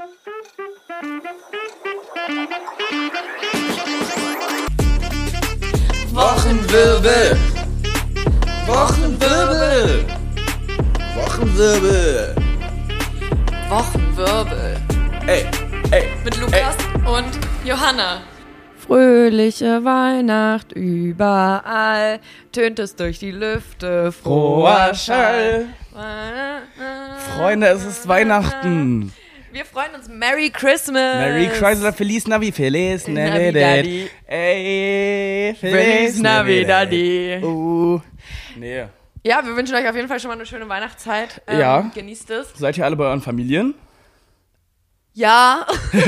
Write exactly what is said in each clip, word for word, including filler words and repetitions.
Wochenwirbel. Wochenwirbel. Wochenwirbel. Wochenwirbel. Ey, ey. Mit Lukas ey. und Johanna. Fröhliche Weihnacht überall, tönt es durch die Lüfte, froher Schall. Freunde, es ist Weihnachten. Wir freuen uns. Merry Christmas. Merry Chrysler, Feliz Navi, Feliz Navidad. Ey, Feliz Navidad. Uh, nee. Ja, wir wünschen euch auf jeden Fall schon mal eine schöne Weihnachtszeit. Ähm, ja. Genießt es. Seid ihr alle bei euren Familien? Ja.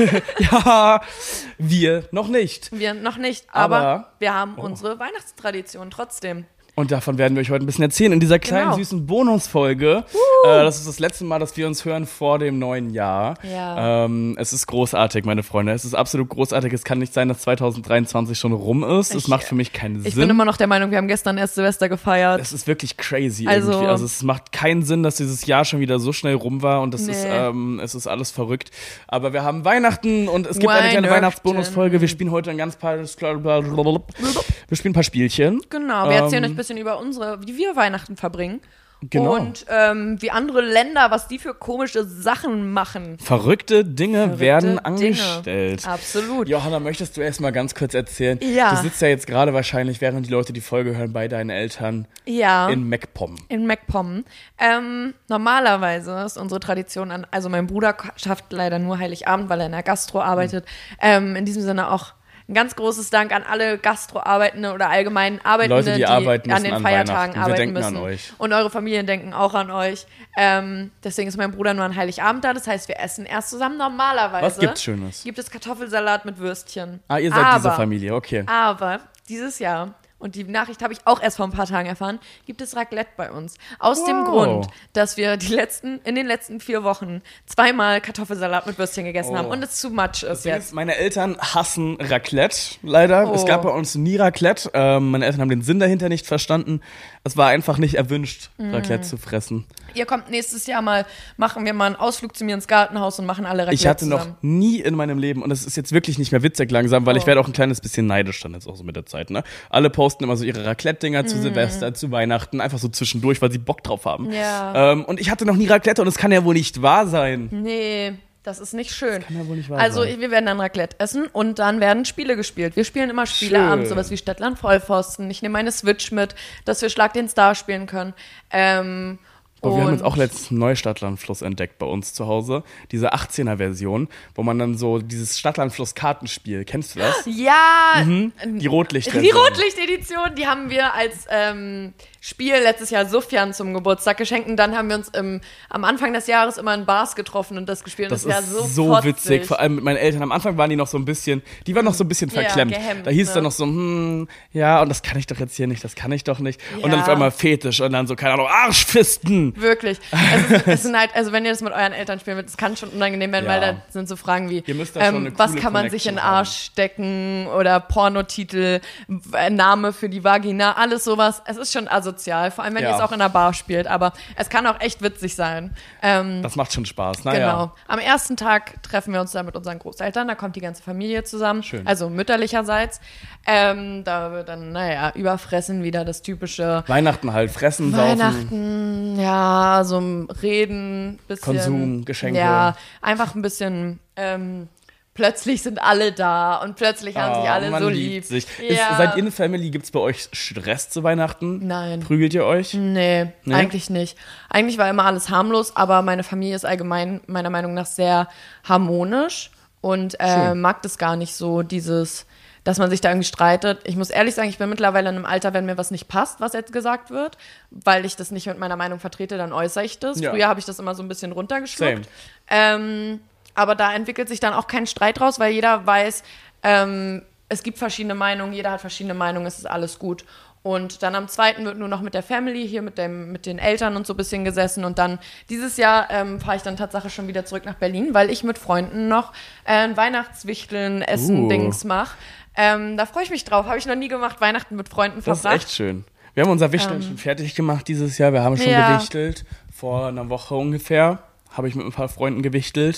Ja, wir noch nicht. Wir noch nicht, aber, Aber wir haben oh. unsere Weihnachtstradition trotzdem. Und davon werden wir euch heute ein bisschen erzählen in dieser kleinen, Genau. süßen Bonusfolge. Uh. Äh, das ist das letzte Mal, dass wir uns hören vor dem neuen Jahr. Ja. Ähm, es ist großartig, meine Freunde. Es ist absolut großartig. Es kann nicht sein, dass zwanzig dreiundzwanzig schon rum ist. Es Ich- macht für mich keinen Ich Sinn. bin immer noch der Meinung, wir haben gestern erst Silvester gefeiert. Es ist wirklich crazy Also- irgendwie. Also es macht keinen Sinn, dass dieses Jahr schon wieder so schnell rum war und das Nee. ist, ähm, es ist alles verrückt. Aber wir haben Weihnachten und es gibt eine kleine Weihnachten. Weihnachtsbonusfolge. Wir spielen heute ein ganz paar, wir spielen ein paar Spielchen. Genau, wir erzählen Ähm, euch ein bisschen über unsere, wie wir Weihnachten verbringen. Genau. Und ähm, wie andere Länder, was die für komische Sachen machen. Verrückte Dinge Verrückte werden Dinge. angestellt. Absolut. Johanna, möchtest du erst mal ganz kurz erzählen? Ja. Du sitzt ja jetzt gerade wahrscheinlich, während die Leute die Folge hören, bei deinen Eltern Ja. in MacPom. In MacPom. Ähm, normalerweise ist unsere Tradition an, also mein Bruder schafft leider nur Heiligabend, weil er in der Gastro arbeitet. Mhm. Ähm, in diesem Sinne auch ein ganz großes Dank an alle Gastroarbeitende oder allgemein Arbeitende, Leute, die arbeiten an müssen den an Feiertagen Weihnachten. Wir arbeiten denken müssen. an euch. Und eure Familien denken auch an euch. Ähm, deswegen ist mein Bruder nur an Heiligabend da. Das heißt, wir essen erst zusammen. Normalerweise Was gibt's Schönes? gibt es Kartoffelsalat mit Würstchen. Ah, ihr seid aber, diese Familie, okay. Aber dieses Jahr, und die Nachricht habe ich auch erst vor ein paar Tagen erfahren, gibt es Raclette bei uns. Aus dem Wow. Grund, dass wir die letzten, in den letzten vier Wochen zweimal Kartoffelsalat mit Würstchen gegessen Oh. haben und es too much ist jetzt. Meine Eltern hassen Raclette, leider. Oh. Es gab bei uns nie Raclette. Ähm, meine Eltern haben den Sinn dahinter nicht verstanden. Es war einfach nicht erwünscht, Mm. Raclette zu fressen. Ihr kommt nächstes Jahr mal, machen wir mal einen Ausflug zu mir ins Gartenhaus und machen alle Raclette Ich hatte zusammen. noch nie in meinem Leben, und es ist jetzt wirklich nicht mehr witzig langsam, weil Oh. ich werde auch ein kleines bisschen neidisch dann jetzt auch so mit der Zeit, ne? Alle posten immer so ihre Raclette-Dinger zu Silvester, zu Weihnachten, einfach so zwischendurch, weil sie Bock drauf haben. Ja. Ähm, und ich hatte noch nie Raclette und es kann ja wohl nicht wahr sein. Nee, das ist nicht schön. Kann ja wohl nicht wahr Also sein. wir werden dann Raclette essen und dann werden Spiele gespielt. Wir spielen immer Spiele Schön. abends, sowas wie Stadtland Vollpfosten. Ich nehme meine Switch mit, dass wir Schlag den Star spielen können. Ähm, Aber wir haben und- jetzt auch letztens einen Neustadtlandfluss entdeckt bei uns zu Hause. Diese achtzehner-Version, wo man dann so dieses Stadtlandfluss-Kartenspiel, kennst du das? Ja, Die Rotlichtversion. die Rotlichtedition, die haben wir als ähm, Spiel letztes Jahr Sufjan zum Geburtstag geschenkt. Und dann haben wir uns im, am Anfang des Jahres immer in Bars getroffen und das gespielt. Das und das ist war so, so fotzig. witzig, vor allem mit meinen Eltern. Am Anfang waren die noch so ein bisschen, die waren noch so ein bisschen Ja, verklemmt. gehemmt, da hieß ne? dann noch so, hm, ja, und das kann ich doch jetzt hier nicht, das kann ich doch nicht. Und dann Ja. auf einmal Fetisch und dann so, keine Ahnung, Arschfisten. Wirklich. Es, ist, es sind halt, also wenn ihr das mit euren Eltern spielen wollt, das kann schon unangenehm werden, Ja. weil da sind so Fragen wie, Ihr müsst da schon ähm, eine was coole kann man sich in den Connection Arsch stecken oder Pornotitel, w- Name für die Vagina, alles sowas. Es ist schon asozial, vor allem wenn Ja. ihr es auch in einer Bar spielt, aber es kann auch echt witzig sein. Ähm, Das macht schon Spaß, naja. Genau. Am ersten Tag treffen wir uns dann mit unseren Großeltern, da kommt die ganze Familie zusammen, Schön. also mütterlicherseits. Ähm, da wird dann, naja, überfressen wieder das typische Weihnachten halt, fressen, saufen. Weihnachten, ja, so ein Reden, bisschen. Konsum, Geschenke. Ja, einfach ein bisschen, ähm, plötzlich sind alle da und plötzlich haben sich Ah, alle man so liebt lieb. sich. Ja. Ist, seid ihr eine Family? Gibt's bei euch Stress zu Weihnachten? Nein. Prügelt ihr euch? Nee, Nee? eigentlich nicht. Eigentlich war immer alles harmlos, aber meine Familie ist allgemein meiner Meinung nach sehr harmonisch und äh, Schön. mag das gar nicht so, dieses, dass man sich da irgendwie streitet. Ich muss ehrlich sagen, ich bin mittlerweile in einem Alter, wenn mir was nicht passt, was jetzt gesagt wird, weil ich das nicht mit meiner Meinung vertrete, dann äußere ich das. Ja. Früher habe ich das immer so ein bisschen runtergeschluckt. Same. Ähm, aber da entwickelt sich dann auch kein Streit raus, weil jeder weiß, ähm, es gibt verschiedene Meinungen, jeder hat verschiedene Meinungen, es ist alles gut. Und dann am zweiten wird nur noch mit der Family, hier mit, dem, mit den Eltern und so ein bisschen gesessen. Und dann dieses Jahr ähm, fahre ich dann tatsächlich schon wieder zurück nach Berlin, weil ich mit Freunden noch äh, ein Weihnachtswichteln, Essen, Uh. Dings mache. Ähm, da freue ich mich drauf. Habe ich noch nie gemacht, Weihnachten mit Freunden Das ist verbracht. echt schön. Wir haben unser Wichteln schon fertig gemacht dieses Jahr. Wir haben schon Ja. gewichtelt. Vor einer Woche ungefähr habe ich mit ein paar Freunden gewichtelt.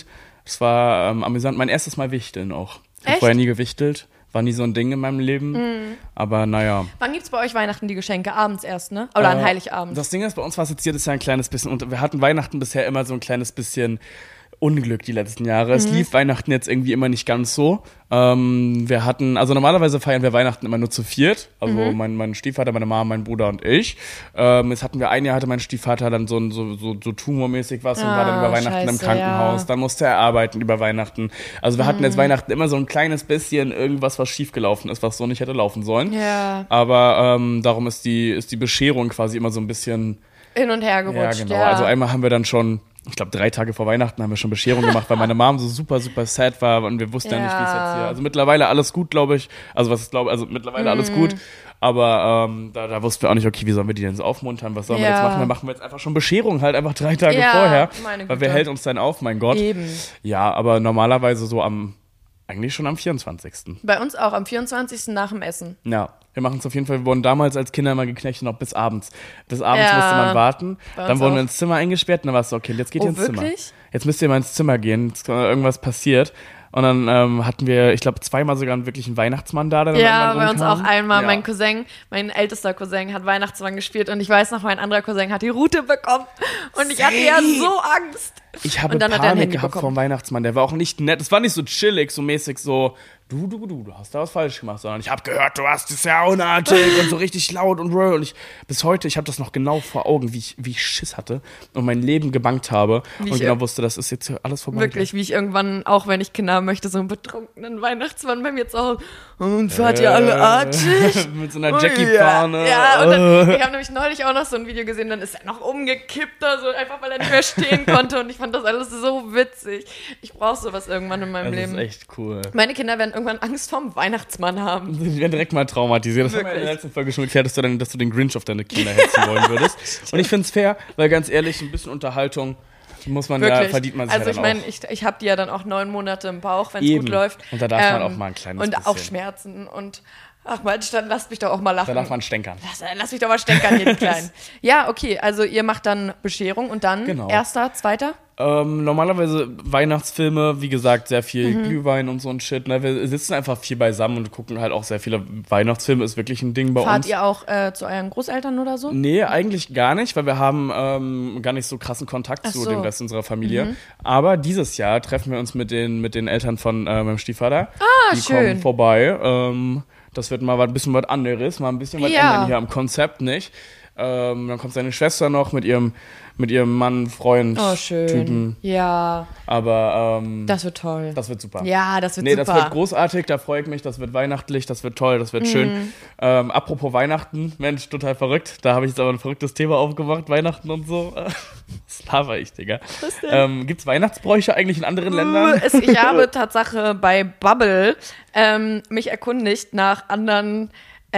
Das war ähm, amüsant. Mein erstes Mal wichteln auch. Ich habe Echt? vorher nie gewichtelt. War nie so ein Ding in meinem Leben. Mhm. Aber naja. Wann gibt's bei euch Weihnachten die Geschenke? Abends erst, ne? Oder an Äh, Heiligabend? Das Ding ist, bei uns war es jetzt jedes Jahr ein kleines bisschen, und wir hatten Weihnachten bisher immer so ein kleines bisschen Unglück die letzten Jahre. Es lief Weihnachten jetzt irgendwie immer nicht ganz so. Ähm, wir hatten, also normalerweise feiern wir Weihnachten immer nur zu viert. Also mein, mein Stiefvater, meine Mama, mein Bruder und ich. Ähm, jetzt hatten wir ein Jahr, hatte mein Stiefvater dann so, so, so, so tumormäßig was und war dann Ah, über Weihnachten im scheiße, Krankenhaus. ja. Dann musste er arbeiten über Weihnachten. Also wir hatten jetzt Weihnachten immer so ein kleines bisschen irgendwas, was schiefgelaufen ist, was so nicht hätte laufen sollen. Ja. Aber ähm, darum ist die, ist die Bescherung quasi immer so ein bisschen. Hin und her Ja, gerutscht, genau. ja. Also einmal haben wir dann schon, ich glaube, drei Tage vor Weihnachten haben wir schon Bescherung gemacht, weil meine Mom so super, super sad war und wir wussten ja, Ja. nicht, wie es jetzt hier. Also mittlerweile alles gut, glaube ich. Also was ich glaube, also mittlerweile Mhm. alles gut. Aber ähm, da, da wussten wir auch nicht, okay, wie sollen wir die denn so aufmuntern? Was sollen wir Ja. jetzt machen? Dann machen wir jetzt einfach schon Bescherung halt einfach drei Tage Ja, vorher. meine Weil wer Güte. hält uns denn auf, mein Gott? Eben. Ja, aber normalerweise so am, eigentlich schon am vierundzwanzigsten Bei uns auch am vierundzwanzigsten nach dem Essen. Ja, wir machen es auf jeden Fall. Wir wurden damals als Kinder immer geknechtet, noch bis abends. Bis abends Ja, musste man warten. bei Dann uns wurden wir auch. ins Zimmer eingesperrt und dann war es so, okay, jetzt geht Oh, ihr ins Zimmer. wirklich? Jetzt müsst ihr mal ins Zimmer gehen, jetzt ist irgendwas passiert. Und dann ähm, hatten wir, ich glaube, zweimal sogar einen wirklichen Weihnachtsmann da, der dann Ja, irgendwann bei uns rumkam. auch einmal. Ja. Mein Cousin, mein ältester Cousin, hat Weihnachtsmann gespielt und ich weiß noch, mein anderer Cousin hat die Route bekommen und ich hatte ja Same. so Angst. Ich habe Und dann hat er ein Panik Handy gehabt bekommen. vom Weihnachtsmann. Der war auch nicht nett. Es war nicht so chillig, so mäßig so, du, du, du, du hast da was falsch gemacht, sondern ich habe gehört, du hast das ja unartig und so richtig laut und roll. Und ich, bis heute, ich habe das noch genau vor Augen, wie ich, wie ich Schiss hatte und mein Leben gebankt habe Wie und ich genau ir- wusste, das ist jetzt hier alles vorbei. Wirklich, wie ich irgendwann, auch wenn ich Kinder möchte, so einen betrunkenen Weihnachtsmann bei mir zu Hause. Und fahrt ihr alle artig? Mit so einer Oh, Jackie-Fahne. Ja, ja, und dann, ich habe nämlich neulich auch noch so ein Video gesehen, dann ist er noch umgekippt da, so einfach, weil er nicht mehr stehen konnte und ich fand das alles so witzig. Ich brauche sowas irgendwann in meinem Das Leben. ist echt cool. Meine Kinder werden irgendwann Angst vorm Weihnachtsmann haben. Die werden direkt mal traumatisiert. Das haben wir in der Wirklich. letzten Folge schon geklärt, dass du, dann, dass du den Grinch auf deine Kinder hetzen wollen würdest. Und ich finde es fair, weil ganz ehrlich, ein bisschen Unterhaltung muss man Wirklich. ja, verdient man sich also ja ich dann meine, auch. ich, ich habe die ja dann auch neun Monate im Bauch, wenn es Eben. gut läuft. Und da darf man auch mal ein kleines Und auch bisschen. Schmerzen und ach mal, dann lasst mich doch auch mal lachen. Da darf man stänkern. Lass, lass mich doch mal stänkern, jeden Kleinen. Ja, okay, also ihr macht dann Bescherung und dann Genau. erster, zweiter? Ähm, normalerweise Weihnachtsfilme, wie gesagt, sehr viel Mhm. Glühwein und so ein Shit. Ne? Wir sitzen einfach viel beisammen und gucken halt auch sehr viele Weihnachtsfilme. Ist wirklich ein Ding bei Fahrt uns. ihr auch äh, zu euren Großeltern oder so? Nee, eigentlich gar nicht, weil wir haben ähm, gar nicht so krassen Kontakt Ach zu so. dem Rest unserer Familie. Aber dieses Jahr treffen wir uns mit den, mit den Eltern von äh, meinem Stiefvater. Ah, Die schön. kommen vorbei. Ähm, das wird mal was- ein bisschen was anderes, mal ein bisschen was Ja. ändern hier am Konzept, nicht? Ähm, dann kommt seine Schwester noch mit ihrem, mit ihrem Mann, Freund, Oh, schön. Typen. Ja, Aber ähm, das wird toll. das wird super. Ja, das wird Nee, super. das wird großartig, da freue ich mich, das wird weihnachtlich, das wird toll, das wird Mhm. schön. Ähm, apropos Weihnachten, Mensch, total verrückt. Da habe ich jetzt aber ein verrücktes Thema aufgemacht, Weihnachten und so. Was laber ich, Digga. Was denn? Ähm, Gibt es Weihnachtsbräuche eigentlich in anderen Ländern? Es, ich habe Tatsache bei Bubble ähm, mich erkundigt nach anderen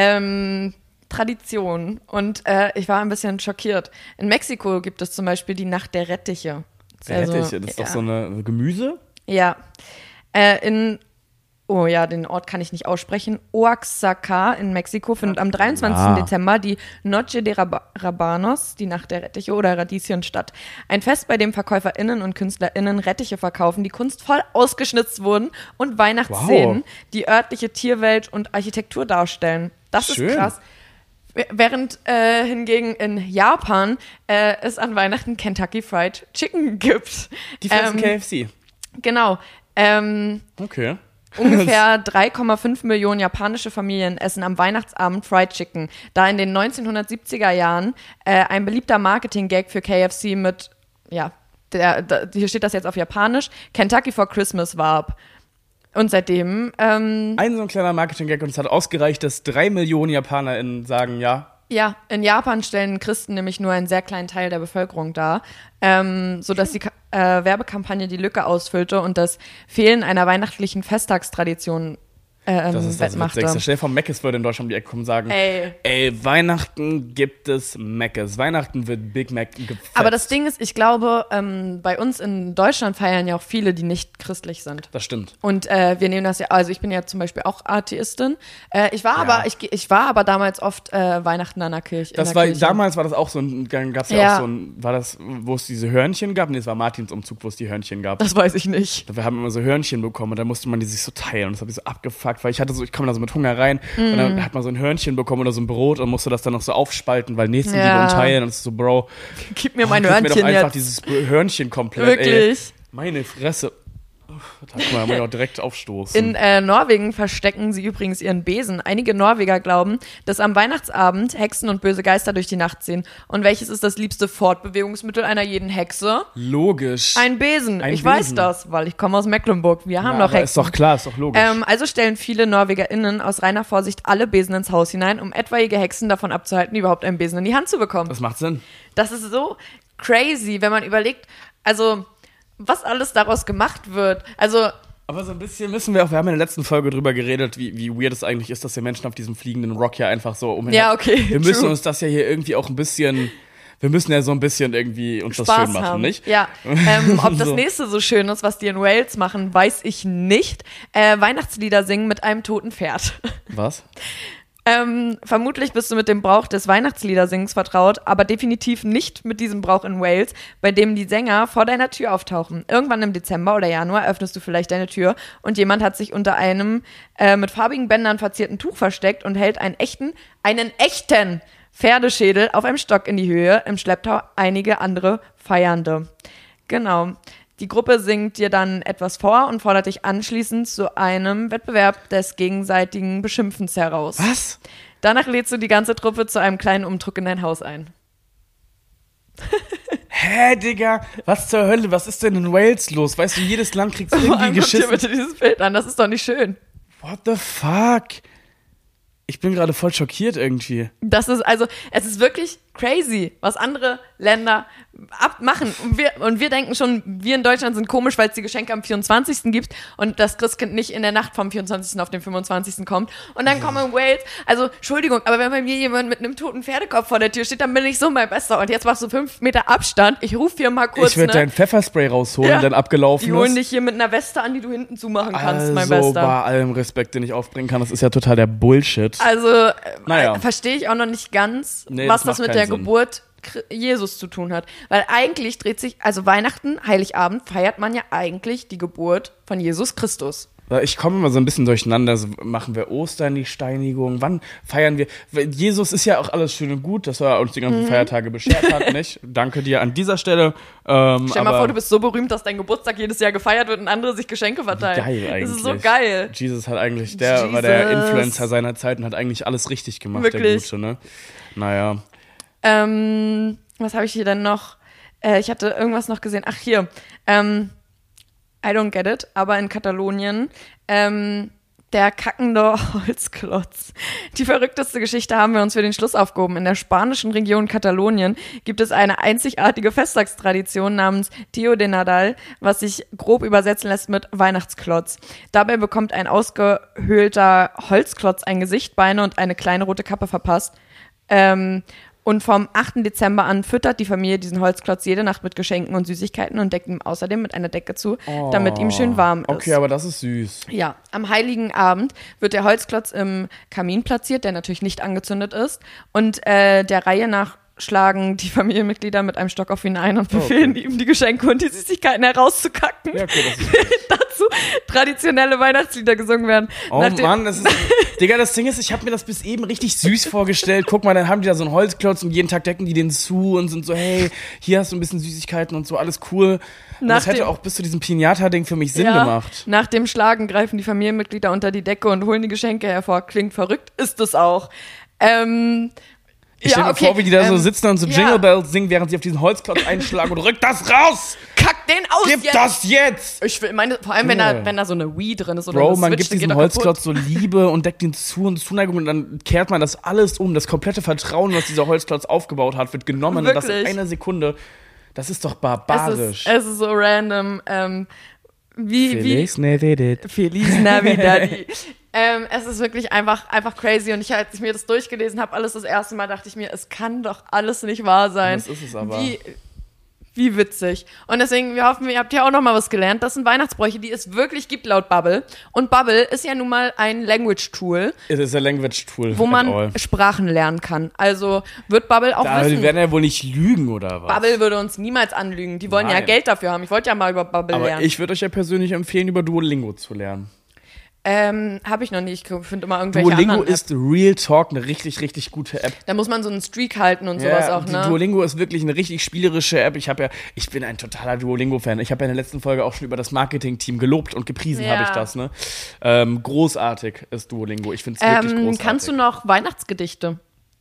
ähm, Traditionen und äh, ich war ein bisschen schockiert. In Mexiko gibt es zum Beispiel die Nacht der Rettiche. Also, Rettiche, das ist ja. doch so eine Gemüse? Ja. Äh, in, oh ja, den Ort kann ich nicht aussprechen. Oaxaca in Mexiko findet am dreiundzwanzigsten Ja. Dezember die Noche de Rab Rabanos, die Nacht der Rettiche oder Radieschen statt. Ein Fest, bei dem VerkäuferInnen und KünstlerInnen Rettiche verkaufen, die kunstvoll ausgeschnitzt wurden und Weihnachtsszenen, Wow. die örtliche Tierwelt und Architektur darstellen. Das Schön. ist krass. Während äh, hingegen in Japan äh, es an Weihnachten Kentucky Fried Chicken gibt. Die fressen Ähm, K F C. Genau. Ähm, Okay. ungefähr drei Komma fünf Millionen japanische Familien essen am Weihnachtsabend Fried Chicken, da in den neunzehnhundertsiebziger Jahren äh, ein beliebter Marketing-Gag für K F C mit, ja, der, der, hier steht das jetzt auf Japanisch, Kentucky for Christmas warb. Und seitdem, ähm, Ein so ein kleiner Marketing-Gag und es hat ausgereicht, dass drei Millionen JapanerInnen sagen, ja, ja, in Japan stellen Christen nämlich nur einen sehr kleinen Teil der Bevölkerung dar, ähm, sodass die Ka- äh, Werbekampagne die Lücke ausfüllte und das Fehlen einer weihnachtlichen Festtagstradition ähm, Das ist das wettmachte. Witzigste. Stell dir vor, Mc's würde in Deutschland um die Ecke kommen und sagen, Ey. ey, Weihnachten gibt es Mc's. Weihnachten wird Big Mac gefetzt. Aber das Ding ist, ich glaube, ähm, bei uns in Deutschland feiern ja auch viele, die nicht christlich sind. Das stimmt. Und äh, wir nehmen das ja, also ich bin ja zum Beispiel auch Atheistin. Äh, ich war Ja. aber, ich, ich war aber damals oft äh, Weihnachten an der Kirche. Das in der war, Kirche. damals war das auch so ein, dann gab es ja, Ja. auch so ein, war das, wo es diese Hörnchen gab? Nee, es war Martins Umzug, wo es die Hörnchen gab. Das weiß ich nicht. Wir haben immer so Hörnchen bekommen und dann musste man die sich so teilen und das habe ich so abgefuckt, weil ich hatte so, ich komme da so mit Hunger rein und dann hat man so ein Hörnchen bekommen oder so ein Brot und musste das dann noch so aufspalten, weil nächsten Ja. Liebe und teilen und es ist so, Bro, Gib mir mein oh, gib mir Hörnchen doch einfach jetzt. dieses Hörnchen komplett, Wirklich. ey. Meine Fresse. Da kann man ja auch direkt aufstoßen. In äh, Norwegen verstecken sie übrigens ihren Besen. Einige Norweger glauben, dass am Weihnachtsabend Hexen und böse Geister durch die Nacht ziehen. Und welches ist das liebste Fortbewegungsmittel einer jeden Hexe? Logisch. Ein Besen. Ein ich weiß Besen. das, weil ich komme aus Mecklenburg. Wir haben ja, noch aber Hexen. ist doch klar, ist doch logisch. Ähm, also stellen viele NorwegerInnen aus reiner Vorsicht alle Besen ins Haus hinein, um etwaige Hexen davon abzuhalten, überhaupt einen Besen in die Hand zu bekommen. das macht Sinn. Das ist so crazy, wenn man überlegt, also was alles daraus gemacht wird. Also Aber so ein bisschen müssen wir auch, wir haben in der letzten Folge drüber geredet, wie, wie weird es eigentlich ist, dass wir Menschen auf diesem fliegenden Rock hier einfach so umher. Ja, okay, Wir müssen true. uns das ja hier irgendwie auch ein bisschen, wir müssen ja so ein bisschen irgendwie uns das Spaß schön machen, haben. nicht? Ja. Ähm, ob das So. nächste so schön ist, was die in Wales machen, weiß ich nicht. Äh, Weihnachtslieder singen mit einem toten Pferd. Was? Ähm, vermutlich bist du mit dem Brauch des Weihnachtsliedersingens vertraut, aber definitiv nicht mit diesem Brauch in Wales, bei dem die Sänger vor deiner Tür auftauchen. Irgendwann im Dezember oder Januar öffnest du vielleicht deine Tür und jemand hat sich unter einem äh, mit farbigen Bändern verzierten Tuch versteckt und hält einen echten, einen echten Pferdeschädel auf einem Stock in die Höhe, im Schlepptau einige andere Feiernde. Genau. Die Gruppe singt dir dann etwas vor und fordert dich anschließend zu einem Wettbewerb des gegenseitigen Beschimpfens heraus. Was? Danach lädst du die ganze Truppe zu einem kleinen Umdruck in dein Haus ein. Hä, Digga? Was zur Hölle? Was ist denn in Wales los? Weißt du, jedes Land kriegt Vor irgendwie allem guck dir geschissen. bitte dieses Bild an, das ist doch nicht schön. What the fuck? Ich bin gerade voll schockiert irgendwie. Das ist also, es ist wirklich crazy, was andere Länder abmachen. Und wir, und wir denken schon, wir in Deutschland sind komisch, weil es die Geschenke am vierundzwanzigsten gibt und das Christkind nicht in der Nacht vom vierundzwanzigsten auf den fünfundzwanzigsten kommt. Und dann kommen in Wales, also Entschuldigung, aber wenn bei mir jemand mit einem toten Pferdekopf vor der Tür steht, dann bin ich so mein Bester. Und jetzt machst du fünf Meter Abstand. Ich rufe hier mal kurz, Ich würde ne? dein Pfefferspray rausholen, Ja. dann abgelaufen Die holen ist. dich hier mit einer Weste an, die du hinten zumachen kannst, Also, mein Bester. bei allem Respekt, den ich aufbringen kann, das ist ja total der Bullshit. Also, äh, Naja. verstehe ich auch noch nicht ganz, Nee, was das das macht mit der keinen Sinn. Geburt Chri- Jesus zu tun hat. Weil eigentlich dreht sich, also Weihnachten, Heiligabend, feiert man ja eigentlich die Geburt von Jesus Christus. Ich komme immer so ein bisschen durcheinander. So, machen wir Ostern, die Steinigung? Wann feiern wir? Weil Jesus ist ja auch alles schön und gut, dass er uns die Mhm. ganzen Feiertage beschert hat, nicht? Danke dir an dieser Stelle. Ähm, Stell dir mal aber vor, du bist so berühmt, dass dein Geburtstag jedes Jahr gefeiert wird und andere sich Geschenke verteilen. geil eigentlich. Das ist so geil. Jesus hat eigentlich, der war der Jesus. Influencer seiner Zeit und hat eigentlich alles richtig gemacht, Wirklich. der Gute, ne? Naja. Ähm, was habe ich hier denn noch? Äh, ich hatte irgendwas noch gesehen. Ach, hier. Ähm, I don't get it, aber in Katalonien, ähm, der kackende Holzklotz. Die verrückteste Geschichte haben wir uns für den Schluss aufgehoben. In der spanischen Region Katalonien gibt es eine einzigartige Festtagstradition namens Tio de Nadal, was sich grob übersetzen lässt mit Weihnachtsklotz. Dabei bekommt ein ausgehöhlter Holzklotz ein Gesicht, Beine und eine kleine rote Kappe verpasst. Ähm, Und vom achten Dezember an füttert die Familie diesen Holzklotz jede Nacht mit Geschenken und Süßigkeiten und deckt ihm außerdem mit einer Decke zu, damit ihm schön warm ist. Okay, aber das ist süß. Ja, am Heiligen Abend wird der Holzklotz im Kamin platziert, der natürlich nicht angezündet ist. Und äh, der Reihe nach schlagen die Familienmitglieder mit einem Stock auf ihn ein und befehlen Okay. ihm, die Geschenke und die Süßigkeiten herauszukacken. Ja, okay, das ist Dazu traditionelle Weihnachtslieder gesungen werden. Oh Nach dem- Mann, das ist. Digga, das Ding ist, ich habe mir das bis eben richtig süß vorgestellt. Guck mal, dann haben die da so einen Holzklotz und jeden Tag decken die den zu und sind so, hey, hier hast du ein bisschen Süßigkeiten und so, alles cool. Und Nach das hätte dem- auch bis zu diesem Pinata-Ding für mich Sinn Ja, gemacht. Nach dem Schlagen greifen die Familienmitglieder unter die Decke und holen die Geschenke hervor. Klingt verrückt, ist es auch. Ähm, Ich stell ja, mir okay, vor, wie die da so ähm, sitzen und so ja. Jingle Bells singen, während sie auf diesen Holzklotz einschlagen und rück das raus! Kack den aus Gib jetzt! das jetzt! Ich will meine, vor allem wenn Ja. da, wenn da so eine Wii drin ist oder Bro, eine man Switch, gibt dann geht diesem doch kaputt. Holzklotz so Liebe und deckt ihn zu und Zuneigung und dann kehrt man das alles um. Das komplette Vertrauen, was dieser Holzklotz aufgebaut hat, wird genommen und das in Wirklich? einer Sekunde. Das ist doch Es barbarisch. ist, es ist so random. Ähm, wie, Feliz wie, Navidad. Feliz Navidad. Ähm, es ist wirklich einfach, einfach crazy. Und ich, als ich mir das durchgelesen habe, alles das erste Mal, dachte ich mir, es kann doch alles nicht wahr sein. Das ist es aber. Wie, wie witzig. Und deswegen, wir hoffen, ihr habt ja auch noch mal was gelernt. Das sind Weihnachtsbräuche, die es wirklich gibt laut Bubble. Und Bubble ist ja nun mal ein Language-Tool. Es ist ein Language-Tool. Wo man Sprachen lernen kann. Also wird Bubble auch da, wissen. Die werden ja wohl nicht lügen, oder was? Bubble würde uns niemals anlügen. Die wollen Nein. ja Geld dafür haben. Ich wollte ja mal über Bubble aber lernen. ich würde euch ja persönlich empfehlen, über Duolingo zu lernen. Ähm, habe ich noch nicht. Ich finde immer irgendwelche Duolingo anderen ist Real Talk eine richtig, richtig gute App. Da muss man so einen Streak halten und Ja, sowas auch, ne? Duolingo ist wirklich eine richtig spielerische App. Ich habe ja, ich bin ein totaler Duolingo-Fan. Ich habe ja in der letzten Folge auch schon über das Marketing-Team gelobt und gepriesen Ja. habe ich das, ne? Ähm, großartig ist Duolingo. Ich finde es wirklich Ähm, großartig. kannst du noch Weihnachtsgedichte?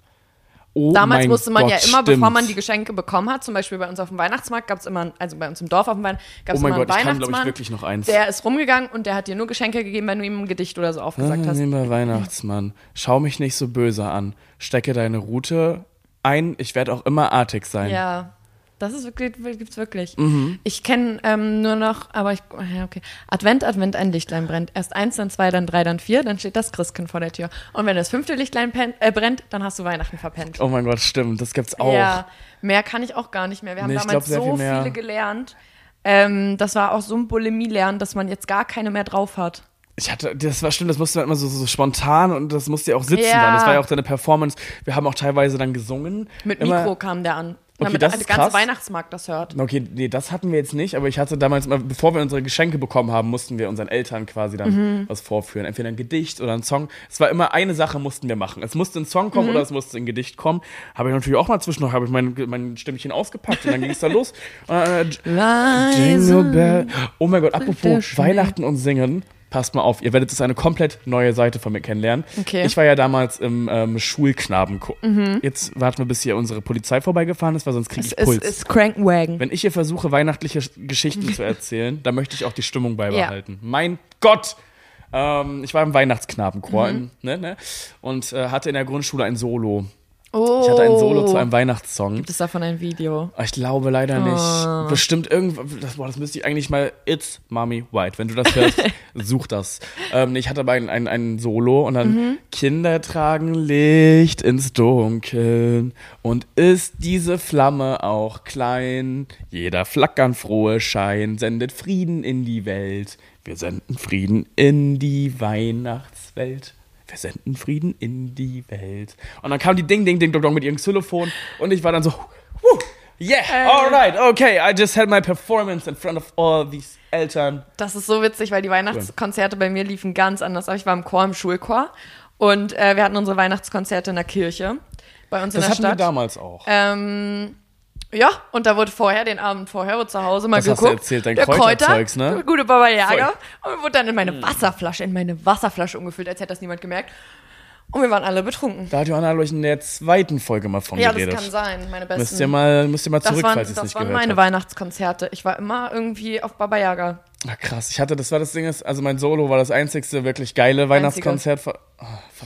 Oh Damals mein musste man Gott, ja immer, stimmt. bevor man die Geschenke bekommen hat, zum Beispiel bei uns auf dem Weihnachtsmarkt, gab es immer, also bei uns im Dorf auf dem Weihnachtsmarkt, gab es Oh mein immer einen Gott, ich kann, glaube ich, Weihnachtsmann, wirklich noch eins. der ist rumgegangen und der hat dir nur Geschenke gegeben, wenn du ihm ein Gedicht oder so aufgesagt Ah, hast. lieber Weihnachtsmann, schau mich nicht so böse an. Stecke deine Rute ein, ich werde auch immer artig sein. Ja, das ist wirklich, gibt's wirklich. Mhm. Ich kenne ähm, nur noch, aber ich, ja, okay. Advent, Advent, ein Lichtlein brennt. Erst eins, dann zwei, dann drei, dann vier, dann steht das Christkind vor der Tür. Und wenn das fünfte Lichtlein pen, äh, brennt, dann hast du Weihnachten verpennt. Oh mein Gott, stimmt, das gibt's auch. Ja, mehr kann ich auch gar nicht mehr. Wir haben Nee, ich damals glaub, sehr so viel mehr. viele gelernt. Ähm, das war auch so ein Bulimie-Lernen, dass man jetzt gar keine mehr drauf hat. Ich hatte, das war stimmt, das musste man immer so, so spontan und das musste ja auch sitzen Ja. dann. Das war ja auch deine Performance. Wir haben auch teilweise dann gesungen. Mit immer, Mikro kam der an. Okay, damit das der ist ganze krass. Weihnachtsmarkt das hört. Okay, nee, das hatten wir jetzt nicht, aber ich hatte damals immer, bevor wir unsere Geschenke bekommen haben, mussten wir unseren Eltern quasi dann Mhm. was vorführen. Entweder ein Gedicht oder ein Song. Es war immer eine Sache, mussten wir machen. Es musste ein Song kommen Mhm. oder es musste ein Gedicht kommen. Habe ich natürlich auch mal zwischendurch, habe ich mein, mein Stimmchen ausgepackt und dann ging es da los. Und dann, äh, Jingle Bell. Oh mein Gott, apropos Weihnachten und Singen. Passt mal auf, ihr werdet jetzt eine komplett neue Seite von mir kennenlernen. Okay. Ich war ja damals im ähm, Schulknabenchor. Jetzt warten wir, bis hier unsere Polizei vorbeigefahren ist, weil sonst kriege Es ich ist, Puls. ist Crankenwagen. Wenn ich hier versuche, weihnachtliche Geschichten zu erzählen, dann möchte ich auch die Stimmung beibehalten. Mein Gott! Ähm, ich war im Weihnachtsknabenchor in, ne, ne, und äh, hatte in der Grundschule ein Solo. Oh. Ich hatte ein Solo zu einem Weihnachtssong. Gibt es davon ein Video? Ich glaube leider nicht. Oh. Bestimmt irgendwas. Das, boah, das müsste ich eigentlich mal. It's Mommy White. Wenn du das hörst, such das. Ähm, ich hatte aber ein, ein, ein Solo und dann Mhm. Kinder tragen Licht ins Dunkeln und ist diese Flamme auch klein. Jeder flackern frohe Schein sendet Frieden in die Welt. Wir senden Frieden in die Weihnachtswelt. Wir senden Frieden in die Welt. Und dann kam die Ding, Ding, Ding, Dong, Dong mit ihrem Xylophon und ich war dann so, whew, yeah, alright, okay, I just had my performance in front of all these Eltern. Das ist so witzig, weil die Weihnachtskonzerte bei mir liefen ganz anders. Aber ich war im Chor, im Schulchor. Und äh, wir hatten unsere Weihnachtskonzerte in der Kirche. Bei uns Das in der hatten wir Stadt. damals auch. Ähm, ja, und da wurde vorher, den Abend vorher, wurde zu Hause mal Das hast geguckt. du erzählt, dein der Kräuterzeugs, Kräuter, ne? der gute Baba Yaga. Voll. Und wurde dann in meine Wasserflasche, in meine Wasserflasche umgefüllt, als hätte das niemand gemerkt. Und wir waren alle betrunken. Da hat Johanna, glaube ich, in der zweiten Folge mal von Ja, geredet. das kann sein, meine besten. Müsst ihr mal, müsst ihr mal das zurück, waren, falls ihr es das nicht waren gehört meine habt. Weihnachtskonzerte. Ich war immer irgendwie auf Baba Yaga. Ah, krass, ich hatte, das war das Ding, ist, also mein Solo war das einzigste wirklich geile Weihnachtskonzert. Ver- oh, ver-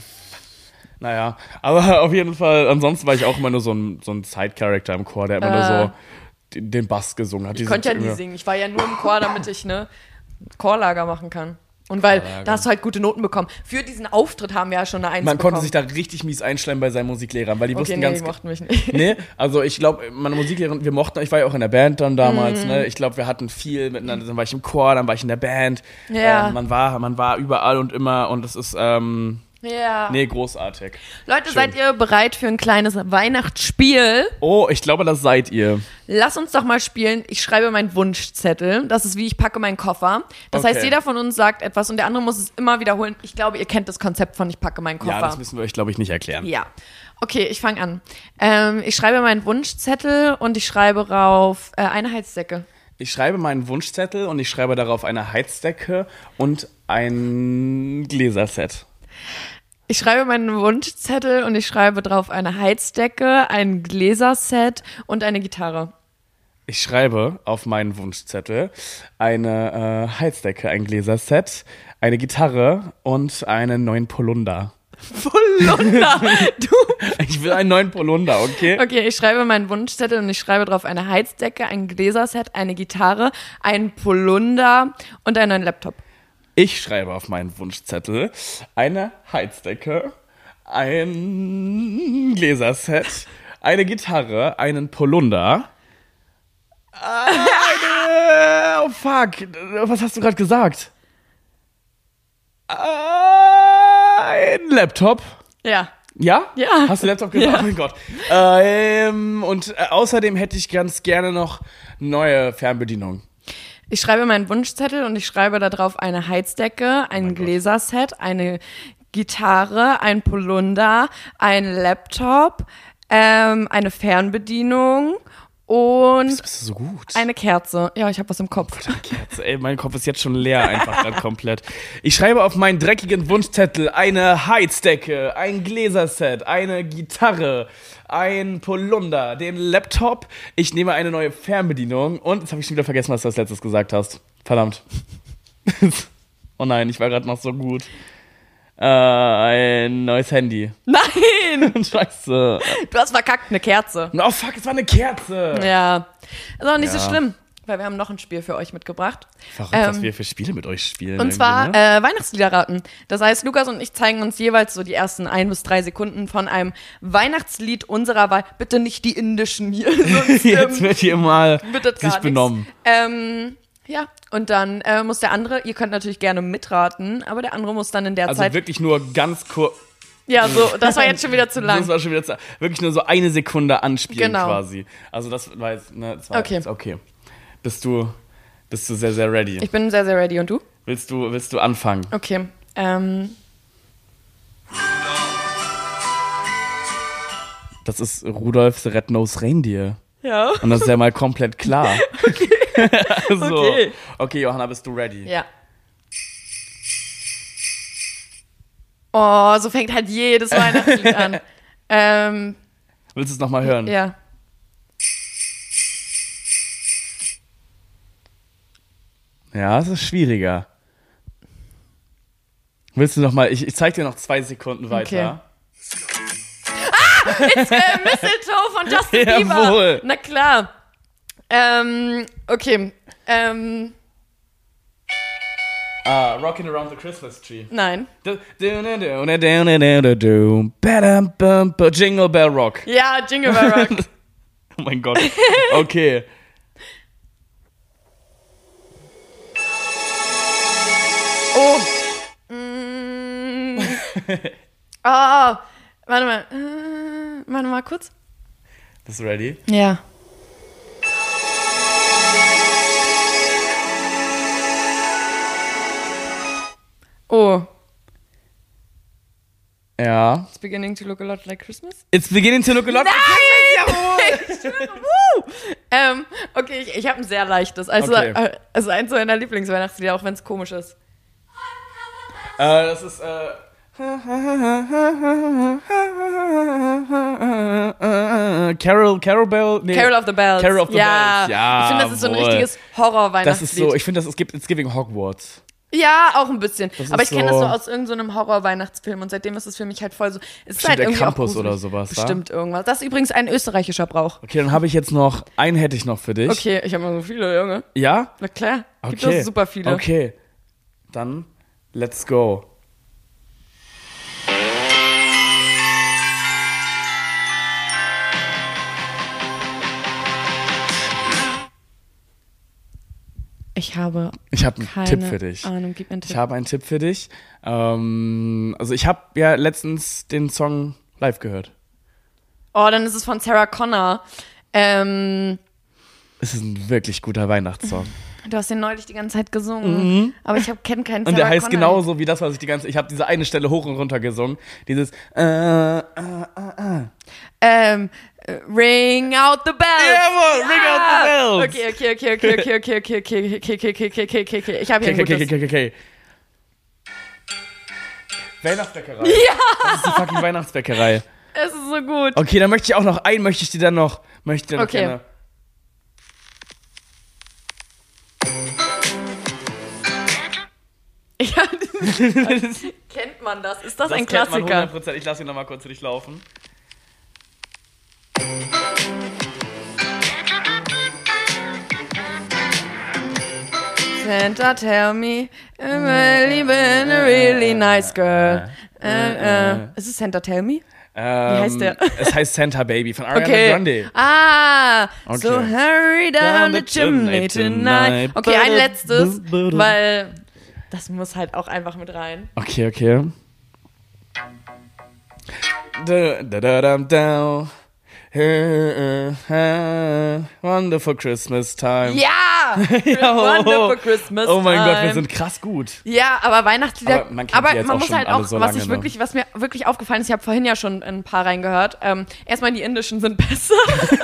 naja, aber auf jeden Fall, ansonsten war ich auch immer nur so ein, so ein Side-Character im Chor, der immer Äh. nur so den, den Bass gesungen hat. Ich konnte ja nie singen. Ich war ja nur im Chor, damit ich ne Chorlager machen kann. Und weil Chorlager. da hast du halt gute Noten bekommen. Für diesen Auftritt haben wir ja schon eine Eins Man bekommen. konnte sich da richtig mies einschleimen bei seinen Musiklehrern, weil die Okay, wussten nee, ganz die mochten mich nicht. Nee, also ich glaube, meine Musiklehrerin, wir mochten, ich war ja auch in der Band dann damals, Mhm. ne? Ich glaube, wir hatten viel miteinander, dann war ich im Chor, dann war ich in der Band. Ja. Ähm, man war, man war überall und immer und das ist, ähm, Ja. nee, großartig. Leute, Schön. seid ihr bereit für ein kleines Weihnachtsspiel? Oh, ich glaube, das seid ihr. Lass uns doch mal spielen. Ich schreibe meinen Wunschzettel. Das ist wie ich packe meinen Koffer. Das Okay. heißt, jeder von uns sagt etwas und der andere muss es immer wiederholen. Ich glaube, ihr kennt das Konzept von ich packe meinen Koffer. Ja, das müssen wir euch, glaube ich, nicht erklären. Ja. Okay, ich fange an. Ähm, ich schreibe meinen Wunschzettel und ich schreibe rauf äh, eine Heizdecke. Ich schreibe meinen Wunschzettel und ich schreibe darauf eine Heizdecke und ein Gläserset. Ich schreibe meinen Wunschzettel und ich schreibe drauf eine Heizdecke, ein Gläserset und eine Gitarre. Ich schreibe auf meinen Wunschzettel eine äh, Heizdecke, ein Gläserset, eine Gitarre und einen neuen Polunder. Polunder! Du. Ich will einen neuen Polunder, okay? Okay, ich schreibe meinen Wunschzettel und ich schreibe drauf eine Heizdecke, ein Gläserset, eine Gitarre, ein Polunder und einen neuen Laptop. Ich schreibe auf meinen Wunschzettel eine Heizdecke, ein Gläserset, eine Gitarre, einen Polunder, eine... Oh fuck, was hast du gerade gesagt? Ein Laptop. Ja. Ja? Ja. Hast du Laptop gesagt? Ja. Oh mein Gott. Ähm, und äh, außerdem hätte ich ganz gerne noch neue Fernbedienung. Ich schreibe meinen Wunschzettel und ich schreibe da drauf eine Heizdecke, ein mein Gott. Gläserset, eine Gitarre, ein Polunder, ein Laptop, ähm, eine Fernbedienung und Bist du so gut? eine Kerze. Ja, ich habe was im Kopf. Kerze, ey, mein Kopf ist jetzt schon leer einfach gerade komplett. Ich schreibe auf meinen dreckigen Wunschzettel eine Heizdecke, ein Gläserset, eine Gitarre, ein Polunder, den Laptop. Ich nehme eine neue Fernbedienung und jetzt habe ich schon wieder vergessen, was du als letztes gesagt hast. Verdammt. Oh nein, ich war gerade noch so gut. Äh, ein neues Handy. Nein! Scheiße. Du hast verkackt, eine Kerze. Oh fuck, es war eine Kerze. Ja. Ist auch nicht Ja. so schlimm, weil wir haben noch ein Spiel für euch mitgebracht. Verrückt, Ähm, was wir für Spiele mit euch spielen. Und irgendwie, zwar ne? äh, Weihnachtslieder raten. Das heißt, Lukas und ich zeigen uns jeweils so die ersten ein bis drei Sekunden von einem Weihnachtslied unserer Wahl. Bitte nicht die indischen hier. Sonst, Jetzt ähm, wird hier mal wird das gar sich nix. benommen. Ähm, ja, und dann äh, muss der andere, ihr könnt natürlich gerne mitraten, aber der andere muss dann in der Also Zeit. wirklich nur ganz kurz. Ja, so, das war jetzt schon wieder zu lang. Das war schon wieder zu, wirklich nur so eine Sekunde anspielen Genau. quasi. Also das war jetzt, ne, das war Okay. jetzt okay. Bist du, bist du sehr, sehr ready? Ich bin sehr, sehr ready. Und du? Willst du, willst du anfangen? Okay. Ähm, Das ist Rudolf the Red-Nosed Reindeer. ja. Und das ist ja mal komplett klar. Okay. so. Okay. Okay, Johanna, bist du ready? Ja. Oh, so fängt halt jedes Weihnachtslied an. Ähm, Willst du es nochmal hören? ja. Ja, es ist schwieriger. Willst du nochmal, ich, ich zeig dir noch zwei Sekunden weiter. It's äh, Mistletoe von Justin Bieber. Jawohl. Na klar. Ähm, okay. Ähm, Ah, Rockin' Around the Christmas Tree. nein. Du- du- du- du- du- du- du- du- du. Badam, bum, bum. Jingle Bell Rock. Ja, Jingle Bell Rock. Oh mein Gott. Okay. Oh. Mm. Oh. Warte mal. Äh, warte mal kurz. Bist du ready? Ja. Oh. Ja. It's beginning to look a lot like Christmas. It's beginning to look a lot like Christmas. Jawohl. Woo! ähm, okay, ich, ich habe ein sehr leichtes. Also, Okay. äh, also eins meiner Lieblingsweihnachtslieder, auch wenn es komisch ist. Äh, das ist, äh... Carol, Carol Bell? Nee. Carol of the Bells. Carol of the ja. Bells. Ja, Ich finde, das ist so ein wohl. richtiges Horror-Weihnachtslied. Das ist so, ich finde, das es gibt It's Giving Hogwarts. Ja, auch ein bisschen. Das Aber ist ich kenne das so- so aus irgendeinem so Horror-Weihnachtsfilm und seitdem ist es für mich halt voll so. Es ist Bestimmt halt der irgendwie Krampus auch gruselig. oder sowas, wa? Bestimmt irgendwas. Das ist übrigens ein österreichischer Brauch. Okay, dann habe ich jetzt noch, einen hätte ich noch für dich. Okay, ich habe mal so viele, Junge. Ja? Na klar. Gibt Okay. es super viele. Okay. Dann, let's go. Ich habe Ich habe einen keine Tipp für dich. Ahnung, gib mir einen Tipp. Ich habe einen Tipp für dich. Ähm, also ich habe ja letztens den Song live gehört. Oh, dann ist es von Sarah Connor. Ähm, Es ist ein wirklich guter Weihnachtssong. du hast den neulich die ganze Zeit gesungen. Aber ich kenne keinen Sarah Und der heißt Connor. genauso wie das, was ich die ganze... Ich habe diese eine Stelle hoch und runter gesungen. Dieses... Äh, äh, Ähm, äh, Ring out the bells. Jawohl, Ring out the bells. Okay, okay, okay, okay, okay, okay, okay, okay, okay, okay, okay, okay, okay, okay. Ich habe hier okay, ein okay, gutes. okay, okay, okay. Weihnachtsbäckerei. Ja! Das ist die fucking Weihnachtsbäckerei. Es ist so gut. Okay, dann möchte ich auch noch einen, möchte ich dir dann noch... Möchte ich dir noch Okay. gerne... Ja, kennt man das? Ist das, Das ein kennt man Klassiker? hundert Prozent. Ich lasse ihn noch mal kurz für dich laufen. Santa, tell me, am I been a really nice girl? Äh, äh. Ist es Santa, tell me? Ähm, Wie heißt der? Es heißt Santa Baby von Ariana Okay. Grande. Ah, Okay. so hurry down the chimney tonight. Okay, ein letztes, weil das muss halt auch einfach mit rein. Okay, okay. Da, da, da, da, da. Wonderful Christmas Time. Ja! Ja, Wonderful Christmas Oh mein Time. Gott, wir sind krass gut. Ja, aber Weihnachtslieder. Aber man kennt aber die jetzt man auch muss schon halt alle auch, so was lange, ich ne? wirklich, was mir wirklich aufgefallen ist, ich habe vorhin ja schon ein paar reingehört. Ähm, erstmal die indischen sind besser.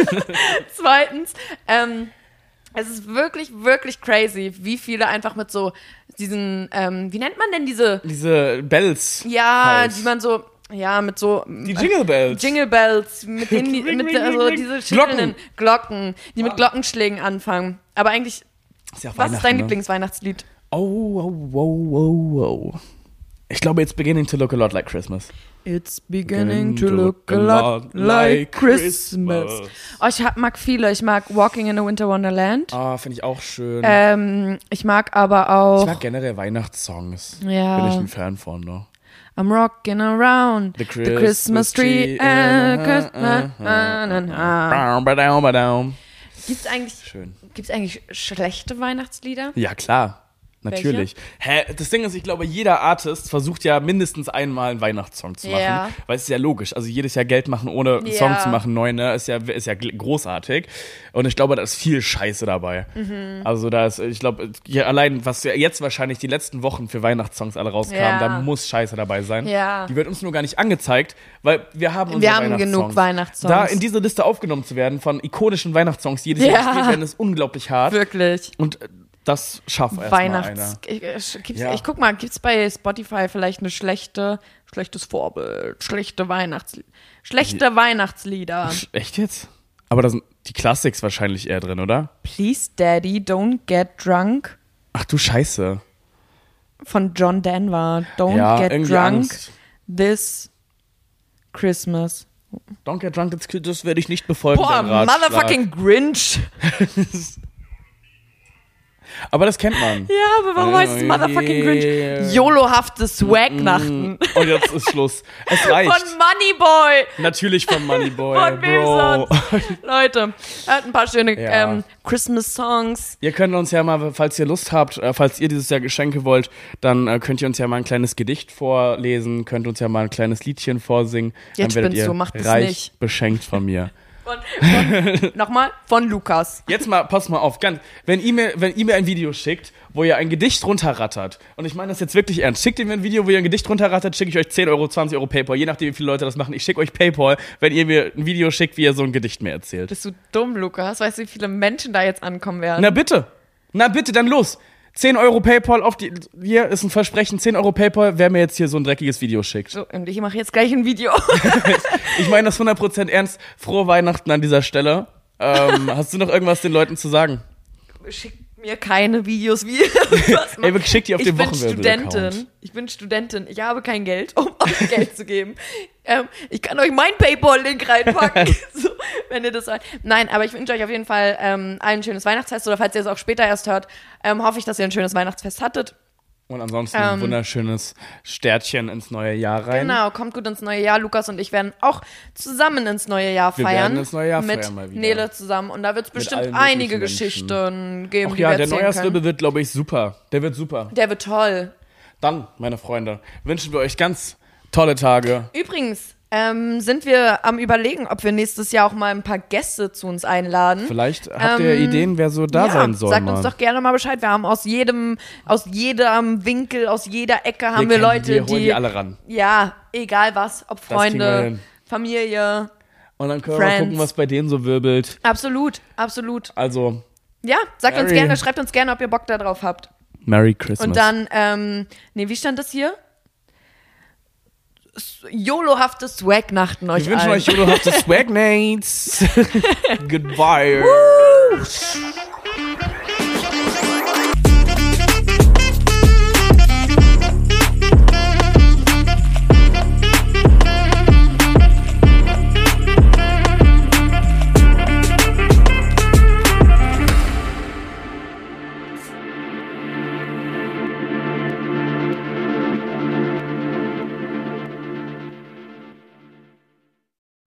Zweitens, ähm, es ist wirklich, wirklich crazy, wie viele einfach mit so diesen, ähm, wie nennt man denn diese? Diese Bells. Ja, halt. die man so, ja, mit so. Die Jingle Bells. Jingle Bells, mit denen die, Ring, mit ring, der, also ring, diese schillenden Glocken, die mit Ah. Glockenschlägen anfangen. Aber eigentlich, Ist ja auch was ist dein Weihnachten, ne? Lieblingsweihnachtslied? Oh, wow, wow, wow, wow. Ich glaube, it's beginning to look a lot like Christmas. It's beginning to look a lot like Christmas. Oh, ich hab, mag viele. Ich mag Walking in a Winter Wonderland. Ah, finde ich auch schön. Ähm, ich mag aber ich auch mag generell Weihnachtssongs. Ja. Bin ich ein Fan von, ne? I'm rocking around The the Christmas Christmas tree tree, and uh, Christmas. uh, uh, na, na, na. Baum, badaum, badaum. Gibt's eigentlich, Schön. gibt's eigentlich schlechte Weihnachtslieder? Ja, klar. Natürlich. Hä, das Ding ist, ich glaube, jeder Artist versucht ja mindestens einmal einen Weihnachtssong zu machen. Ja. Weil es ist ja logisch. Also jedes Jahr Geld machen, ohne einen Ja. Song zu machen, neu, ne, ist ja, ist ja großartig. Und ich glaube, da ist viel Scheiße dabei. Mhm. Also da ist, ich glaube, ja, allein, was jetzt wahrscheinlich die letzten Wochen für Weihnachtssongs alle rauskamen, Ja. da muss Scheiße dabei sein. Ja. Die wird uns nur gar nicht angezeigt, weil wir haben unsere Wir haben Weihnachtssongs. genug Weihnachtssongs. Da in diese Liste aufgenommen zu werden von ikonischen Weihnachtssongs, die jedes Jahr Ja. gespielt werden, ist unglaublich hart. Wirklich. Und äh, das schafft erst mal einer. Weihnachts. Ich, ich, gibt's, Ja. ich guck mal, gibt's bei Spotify vielleicht eine schlechte, schlechtes Vorbild, schlechte Weihnachtslieder, schlechte Weihnachtslieder. Echt jetzt? Aber da sind die Classics wahrscheinlich eher drin, oder? Please Daddy, don't get drunk Ach du Scheiße. von John Denver. Don't Ja, get irgendwie drunk Angst. this Christmas. Don't get drunk, das, das werde ich nicht befolgen. Boah, dein Ratschlag. motherfucking Grinch. Aber das kennt man. Ja, aber warum heißt es motherfucking Grinch? YOLO-hafte Swag-Nachten. Und jetzt ist Schluss. Es reicht. Von Moneyboy. Natürlich von Moneyboy, Von wem Bro. sonst? Leute, er hat ein paar schöne Ja. ähm, Christmas-Songs. Ihr könnt uns ja mal, falls ihr Lust habt, äh, falls ihr dieses Jahr Geschenke wollt, dann äh, könnt ihr uns ja mal ein kleines Gedicht vorlesen, könnt uns ja mal ein kleines Liedchen vorsingen. Jetzt dann werdet spinnst ihr du, mach das reich nicht. beschenkt von mir. Von, von, nochmal, von Lukas. Jetzt mal, pass mal auf, ganz, wenn ihr mir, wenn ihr mir ein Video schickt, wo ihr ein Gedicht runterrattert, und ich meine das jetzt wirklich ernst, schickt ihr mir ein Video, wo ihr ein Gedicht runterrattert, schicke ich euch zehn Euro, zwanzig Euro Paypal, je nachdem, wie viele Leute das machen. Ich schicke euch Paypal, wenn ihr mir ein Video schickt, wie ihr so ein Gedicht mir erzählt. Bist du dumm, Lukas? Weißt du, wie viele Menschen da jetzt ankommen werden? Na bitte, na bitte, dann los. zehn Euro Paypal auf die, hier ist ein Versprechen, zehn Euro Paypal, wer mir jetzt hier so ein dreckiges Video schickt. So, und ich mache jetzt gleich ein Video. Ich meine das hundert Prozent ernst. Frohe Weihnachten an dieser Stelle. Ähm, hast du noch irgendwas den Leuten zu sagen? Schickt mir keine Videos, wie was Ey, wirklich, schick die auf ich den bin Wochenwirbel-Account. Studentin. Ich bin Studentin. Ich habe kein Geld, um euch Geld zu geben. Ähm, ich kann euch meinen Paypal-Link reinpacken, so, wenn ihr das wollt. Nein, aber ich wünsche euch auf jeden Fall ähm, ein schönes Weihnachtsfest. Oder falls ihr es auch später erst hört, ähm, hoffe ich, dass ihr ein schönes Weihnachtsfest hattet. Und ansonsten ein Ähm, wunderschönes Sternchen ins neue Jahr rein. Genau, kommt gut ins neue Jahr. Lukas und ich werden auch zusammen ins neue Jahr Wir feiern. werden ins neue Jahr mit feiern mal wieder. Nele zusammen. Und da wird es bestimmt allen einige möglichen Geschichten geben, Ach die ja, wir der erzählen Neujahrswirbel können. wird, glaube ich, super. Der wird super. Der wird toll. Dann, meine Freunde, wünschen wir euch ganz tolle Tage. Übrigens ähm, sind wir am Überlegen, ob wir nächstes Jahr auch mal ein paar Gäste zu uns einladen. Vielleicht habt Ähm, ihr Ideen, wer so da ja, sein soll. sagt mal. uns doch gerne mal Bescheid. Wir haben aus jedem, aus jedem Winkel, aus jeder Ecke haben wir wir kennen Leute, die, wir holen die, die alle ran. ja, egal was, ob kriegen wir Freunde, hin. Familie, Und dann können wir mal Friends. gucken, was bei denen so wirbelt. absolut, absolut. Also, Ja, sagt uns Merry. gerne, schreibt uns gerne, ob ihr Bock da drauf habt. Merry Christmas. Und dann, ähm, nee, wie stand das hier? S- YOLO-hafte Swag-Nachten euch wir wünschen allen. euch jolohafte Swagnates. Goodbye.